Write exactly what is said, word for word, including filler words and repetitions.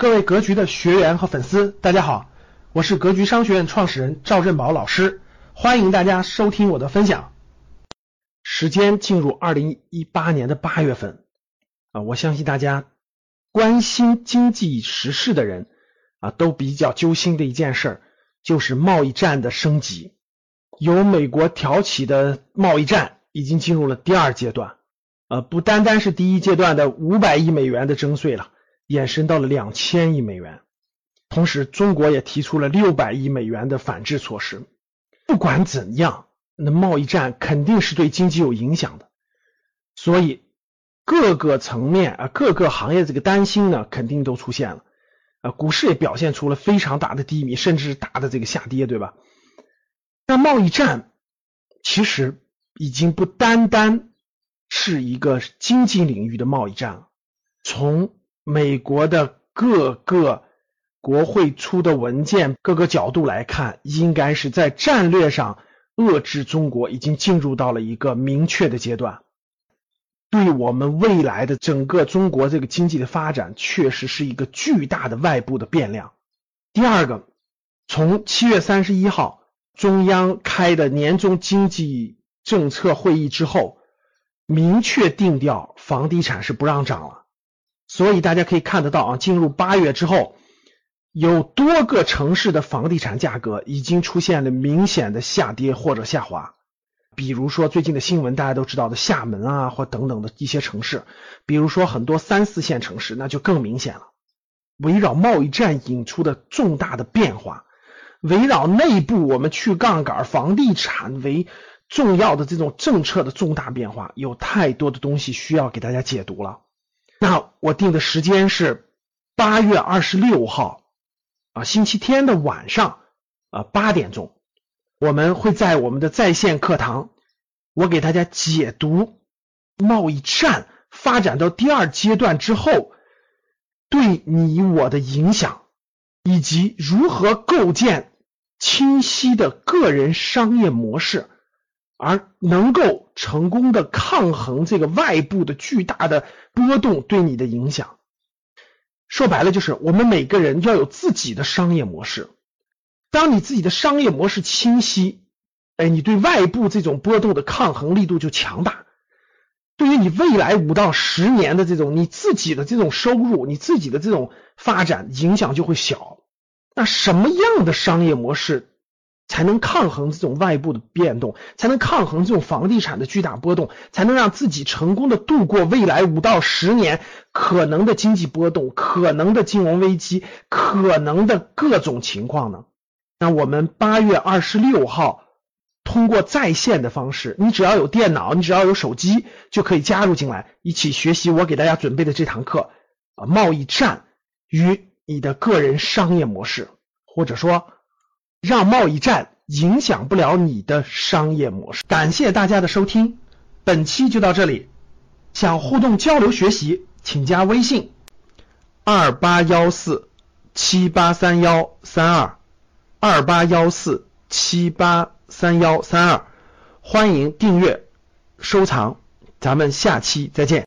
各位格局的学员和粉丝，大家好，我是格局商学院创始人赵振宝老师，欢迎大家收听我的分享。时间进入二零一八年的八月份啊，我相信大家关心经济时事的人啊，都比较揪心的一件事就是贸易战的升级。由美国挑起的贸易战已经进入了第二阶段，呃，不单单是第一阶段的五百亿美元的征税了，延伸到了两千亿美元。同时中国也提出了六百亿美元的反制措施。不管怎样，那贸易战肯定是对经济有影响的，所以各个层面啊，各个行业这个担心呢肯定都出现了啊，股市也表现出了非常大的低迷，甚至是大的这个下跌，对吧？那贸易战其实已经不单单是一个经济领域的贸易战了，从美国的各个国会出的文件各个角度来看，应该是在战略上遏制中国已经进入到了一个明确的阶段，对我们未来的整个中国这个经济的发展确实是一个巨大的外部的变量。第二个，从七月三十一号中央开的年中经济政策会议之后，明确定调房地产是不让涨了，所以大家可以看得到啊，进入八月之后，有多个城市的房地产价格已经出现了明显的下跌或者下滑。比如说最近的新闻大家都知道的厦门啊，或等等的一些城市，比如说很多三四线城市，那就更明显了。围绕贸易战引出的重大的变化，围绕内部我们去杠杆房地产为重要的这种政策的重大变化，有太多的东西需要给大家解读了。那我定的时间是八月二十六号啊，星期天的晚上啊八点钟，我们会在我们的在线课堂，我给大家解读贸易战发展到第二阶段之后对你我的影响，以及如何构建清晰的个人商业模式，而能够成功的抗衡这个外部的巨大的波动对你的影响。说白了就是我们每个人要有自己的商业模式，当你自己的商业模式清晰，哎，你对外部这种波动的抗衡力度就强大，对于你未来五到十年的这种你自己的这种收入，你自己的这种发展影响就会小。那什么样的商业模式才能抗衡这种外部的变动，才能抗衡这种房地产的巨大波动，才能让自己成功的度过未来五到十年可能的经济波动，可能的金融危机，可能的各种情况呢？那我们八月二十六号通过在线的方式，你只要有电脑，你只要有手机就可以加入进来，一起学习我给大家准备的这堂课啊，贸易战与你的个人商业模式，或者说让贸易战影响不了你的商业模式。感谢大家的收听，本期就到这里。想互动交流学习，请加微信二八一四七八三一三二 二八一四七八三一三二，欢迎订阅收藏，咱们下期再见。